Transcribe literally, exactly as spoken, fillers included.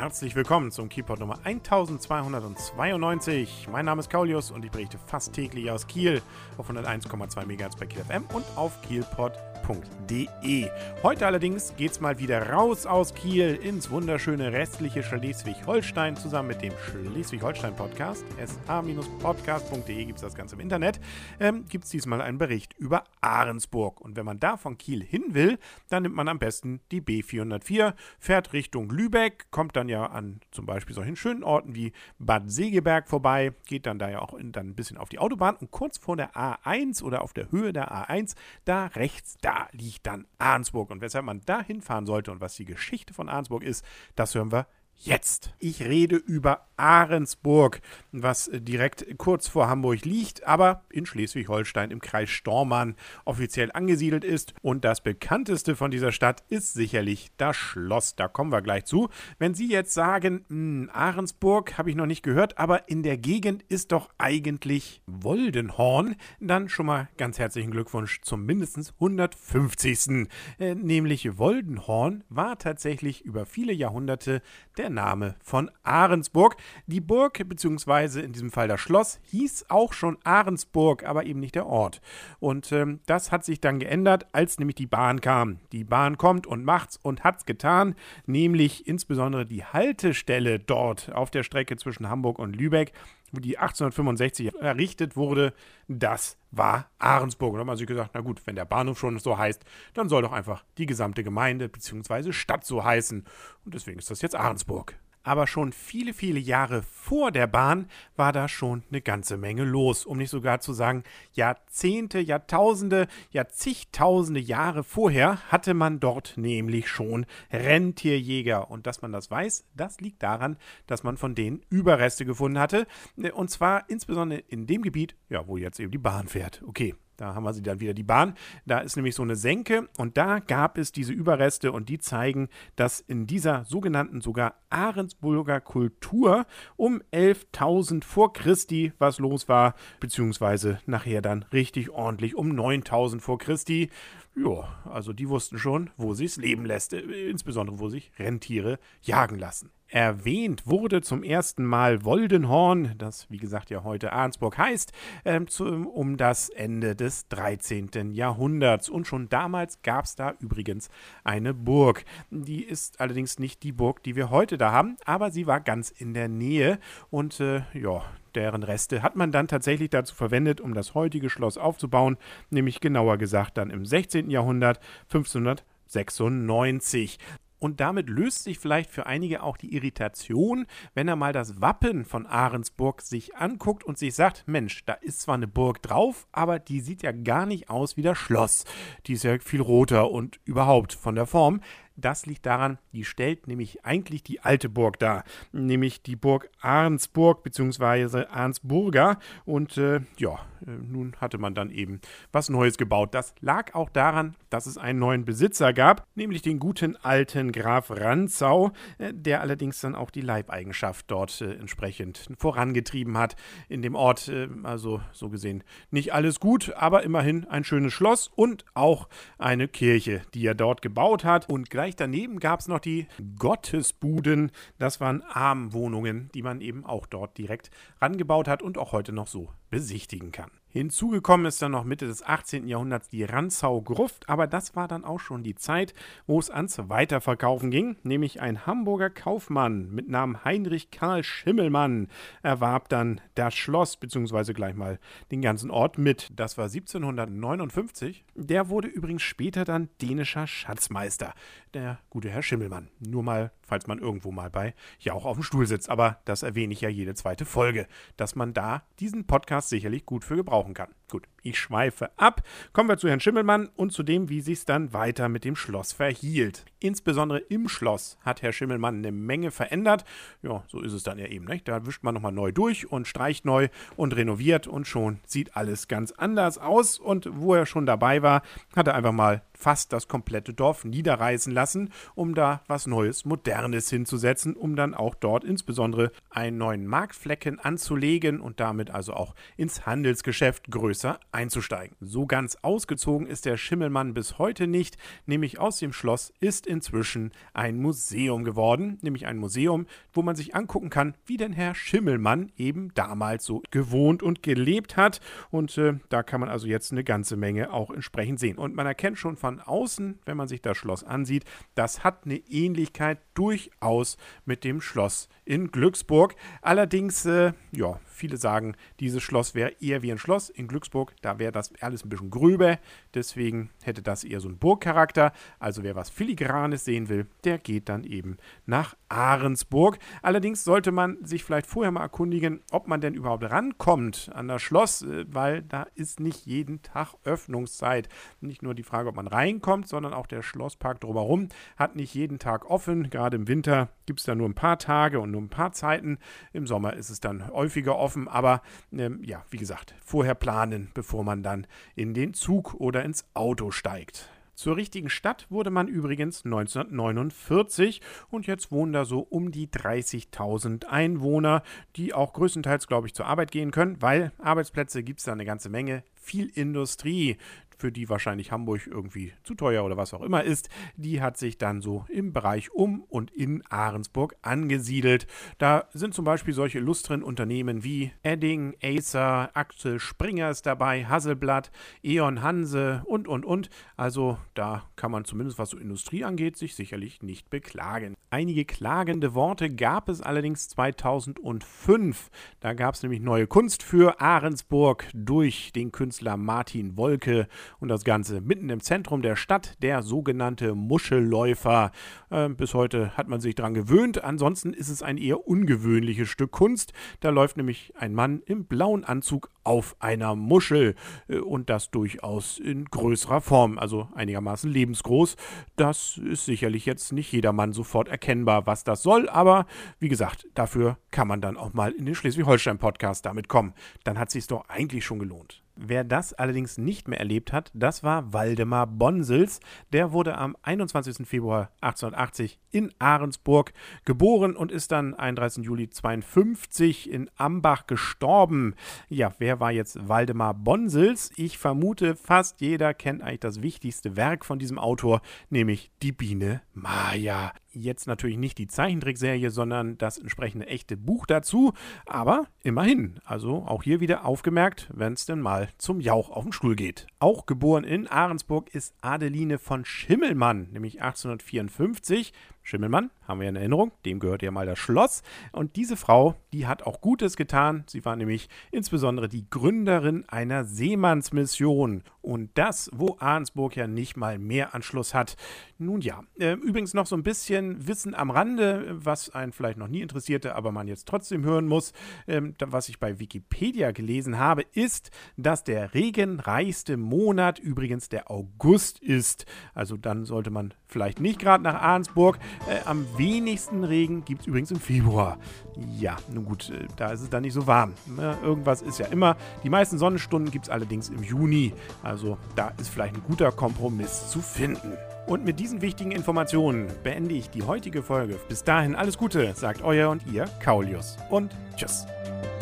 Herzlich willkommen zum Kielpot Nummer eintausendzweihundertzweiundneunzig. Mein Name ist Kaulius und ich berichte fast täglich aus Kiel auf hunderteins Komma zwei Megahertz bei Kiel F M und auf kielpot punkt de. Heute allerdings geht's mal wieder raus aus Kiel ins wunderschöne restliche Schleswig-Holstein zusammen mit dem Schleswig-Holstein-Podcast. s h podcast punkt de gibt's das Ganze im Internet. Ähm, gibt's diesmal einen Bericht über Ahrensburg. Und wenn man da von Kiel hin will, dann nimmt man am besten die B vierhundertvier, fährt Richtung Lübeck, kommt dann ja an zum Beispiel solchen schönen Orten wie Bad Segeberg vorbei, geht dann da ja auch in, dann ein bisschen auf die Autobahn und kurz vor der A eins oder auf der Höhe der A eins, da rechts, da liegt dann Ahrensburg. Und weshalb man da hinfahren sollte und was die Geschichte von Ahrensburg ist, das hören wir jetzt. Ich rede über Ahrensburg, was direkt kurz vor Hamburg liegt, aber in Schleswig-Holstein im Kreis Stormarn offiziell angesiedelt ist. Und das bekannteste von dieser Stadt ist sicherlich das Schloss. Da kommen wir gleich zu. Wenn Sie jetzt sagen, Ahrensburg habe ich noch nicht gehört, aber in der Gegend ist doch eigentlich Woldenhorn, dann schon mal ganz herzlichen Glückwunsch zum mindestens hundertfünfzigsten Äh, nämlich Woldenhorn war tatsächlich über viele Jahrhunderte der Name von Ahrensburg. Die Burg, beziehungsweise in diesem Fall das Schloss, hieß auch schon Ahrensburg, aber eben nicht der Ort. Und ähm, das hat sich dann geändert, als nämlich die Bahn kam. Die Bahn kommt und macht's und hat's getan, nämlich insbesondere die Haltestelle dort auf der Strecke zwischen Hamburg und Lübeck, wo die achtzehnhundertfünfundsechzig errichtet wurde, das war Ahrensburg. Und da hat man sich gesagt, na gut, wenn der Bahnhof schon so heißt, dann soll doch einfach die gesamte Gemeinde bzw. Stadt so heißen. Und deswegen ist das jetzt Ahrensburg. Aber schon viele, viele Jahre vor der Bahn war da schon eine ganze Menge los. Um nicht sogar zu sagen, Jahrzehnte, Jahrtausende, ja zigtausende Jahre vorher hatte man dort nämlich schon Rentierjäger. Und dass man das weiß, das liegt daran, dass man von denen Überreste gefunden hatte. Und zwar insbesondere in dem Gebiet, ja, wo jetzt eben die Bahn fährt. Okay. Da haben wir sie dann wieder, die Bahn. Da ist nämlich so eine Senke und da gab es diese Überreste und die zeigen, dass in dieser sogenannten sogar Ahrensburger Kultur um elftausend vor Christi was los war, beziehungsweise nachher dann richtig ordentlich um neuntausend vor Christi. Ja, also die wussten schon, wo sich's leben lässt, insbesondere wo sich Rentiere jagen lassen. Erwähnt wurde zum ersten Mal Woldenhorn, das wie gesagt ja heute Ahrensburg heißt, äh, zu, um das Ende des dreizehnten Jahrhunderts. Und schon damals gab es da übrigens eine Burg. Die ist allerdings nicht die Burg, die wir heute da haben, aber sie war ganz in der Nähe und äh, ja, deren Reste hat man dann tatsächlich dazu verwendet, um das heutige Schloss aufzubauen, nämlich genauer gesagt dann im sechzehnten Jahrhundert, fünfzehnhundertsechsundneunzig. Und damit löst sich vielleicht für einige auch die Irritation, wenn er mal das Wappen von Ahrensburg sich anguckt und sich sagt, Mensch, da ist zwar eine Burg drauf, aber die sieht ja gar nicht aus wie das Schloss. Die ist ja viel roter und überhaupt von der Form. Das liegt daran, die stellt nämlich eigentlich die alte Burg dar, nämlich die Burg Ahrensburg bzw. Ahrensburger. Und äh, ja, äh, nun hatte man dann eben was Neues gebaut. Das lag auch daran, dass es einen neuen Besitzer gab, nämlich den guten alten Graf Rantzau, äh, der allerdings dann auch die Leibeigenschaft dort äh, entsprechend vorangetrieben hat. In dem Ort, äh, also so gesehen, nicht alles gut, aber immerhin ein schönes Schloss und auch eine Kirche, die er dort gebaut hat. Und gleich daneben gab es noch die Gottesbuden. Das waren Armenwohnungen, die man eben auch dort direkt rangebaut hat und auch heute noch so besichtigen kann. Hinzugekommen ist dann noch Mitte des achtzehnten Jahrhunderts die Rantzau-Gruft, aber das war dann auch schon die Zeit, wo es ans Weiterverkaufen ging, nämlich ein Hamburger Kaufmann mit Namen Heinrich Karl Schimmelmann erwarb dann das Schloss, beziehungsweise gleich mal den ganzen Ort mit. Das war siebzehnhundertneunundfünfzig. Der wurde übrigens später dann dänischer Schatzmeister, der gute Herr Schimmelmann. Nur mal, falls man irgendwo mal bei Jauch auf dem Stuhl sitzt, aber das erwähne ich ja jede zweite Folge, dass man da diesen Podcast sicherlich gut für gebrauchen kann. Gut, ich schweife ab. Kommen wir zu Herrn Schimmelmann und zu dem, wie sich es dann weiter mit dem Schloss verhielt. Insbesondere im Schloss hat Herr Schimmelmann eine Menge verändert. Ja, so ist es dann ja eben, nicht? Da wischt man nochmal neu durch und streicht neu und renoviert und schon sieht alles ganz anders aus. Und wo er schon dabei war, hat er einfach mal fast das komplette Dorf niederreißen lassen, um da was Neues, Modernes hinzusetzen, um dann auch dort insbesondere einen neuen Marktflecken anzulegen und damit also auch ins Handelsgeschäft größer einzusteigen. So ganz ausgezogen ist der Schimmelmann bis heute nicht, nämlich aus dem Schloss ist inzwischen ein Museum geworden, nämlich ein Museum, wo man sich angucken kann, wie denn Herr Schimmelmann eben damals so gewohnt und gelebt hat. Und äh, da kann man also jetzt eine ganze Menge auch entsprechend sehen. Und man erkennt schon von außen, wenn man sich das Schloss ansieht, das hat eine Ähnlichkeit durchaus mit dem Schloss in Glücksburg. Allerdings, äh, ja, viele sagen, dieses Schloss wäre eher wie ein Schloss. In Glücksburg, da wäre das alles ein bisschen gröber. Deswegen hätte das eher so einen Burgcharakter. Also wer was Filigranes sehen will, der geht dann eben nach Ahrensburg. Allerdings sollte man sich vielleicht vorher mal erkundigen, ob man denn überhaupt rankommt an das Schloss, weil da ist nicht jeden Tag Öffnungszeit. Nicht nur die Frage, ob man reinkommt, sondern auch der Schlosspark drumherum hat nicht jeden Tag offen. Gerade im Winter gibt es da nur ein paar Tage und nur ein paar Zeiten. Im Sommer ist es dann häufiger offen, aber ähm, ja, wie gesagt, vorher planen, bevor man dann in den Zug oder ins Auto steigt. Zur richtigen Stadt wurde man übrigens neunzehnhundertneunundvierzig und jetzt wohnen da so um die dreißigtausend Einwohner, die auch größtenteils, glaube ich, zur Arbeit gehen können, weil Arbeitsplätze gibt es da eine ganze Menge, viel Industrie, für die wahrscheinlich Hamburg irgendwie zu teuer oder was auch immer ist, die hat sich dann so im Bereich um und in Ahrensburg angesiedelt. Da sind zum Beispiel solche illustren Unternehmen wie Edding, Acer, Axel Springer ist dabei, Hasselblad, E.ON Hanse und, und, und. Also da kann man zumindest, was so Industrie angeht, sich sicherlich nicht beklagen. Einige klagende Worte gab es allerdings zweitausendfünf. Da gab es nämlich neue Kunst für Ahrensburg durch den Künstler Martin Wolke. Und das Ganze mitten im Zentrum der Stadt, der sogenannte Muschelläufer. Äh, bis heute hat man sich daran gewöhnt. Ansonsten ist es ein eher ungewöhnliches Stück Kunst. Da läuft nämlich ein Mann im blauen Anzug auf einer Muschel. Äh, und das durchaus in größerer Form, also einigermaßen lebensgroß. Das ist sicherlich jetzt nicht jedermann sofort erkennbar, was das soll. Aber wie gesagt, dafür kann man dann auch mal in den Schleswig-Holstein-Podcast damit kommen. Dann hat es sich doch eigentlich schon gelohnt. Wer das allerdings nicht mehr erlebt hat, das war Waldemar Bonsels. Der wurde am einundzwanzigsten Februar achtzehnhundertachtzig in Ahrensburg geboren und ist dann einunddreißigsten Juli zweiundfünfzig in Ambach gestorben. Ja, wer war jetzt Waldemar Bonsels? Ich vermute, fast jeder kennt eigentlich das wichtigste Werk von diesem Autor, nämlich die Biene Maya. Jetzt natürlich nicht die Zeichentrickserie, sondern das entsprechende echte Buch dazu, aber immerhin, also auch hier wieder aufgemerkt, wenn es denn mal zum Jauch auf den Stuhl geht. Auch geboren in Ahrensburg ist Adeline von Schimmelmann, nämlich achtzehnhundertvierundfünfzig. Schimmelmann, haben wir in Erinnerung, dem gehört ja mal das Schloss. Und diese Frau, die hat auch Gutes getan. Sie war nämlich insbesondere die Gründerin einer Seemannsmission. Und das, wo Ahrensburg ja nicht mal mehr Anschluss hat. Nun ja, äh, übrigens noch so ein bisschen Wissen am Rande, was einen vielleicht noch nie interessierte, aber man jetzt trotzdem hören muss. Ähm, was ich bei Wikipedia gelesen habe, ist, dass der regenreichste Monat übrigens der August ist. Also dann sollte man vielleicht nicht gerade nach Ahrensburg. Äh, am wenigsten Regen gibt es übrigens im Februar. Ja, nun gut, äh, da ist es dann nicht so warm. Äh, irgendwas ist ja immer. Die meisten Sonnenstunden gibt es allerdings im Juni. Also da ist vielleicht ein guter Kompromiss zu finden. Und mit diesen wichtigen Informationen beende ich die heutige Folge. Bis dahin alles Gute, sagt euer und ihr Kaulius. Und tschüss.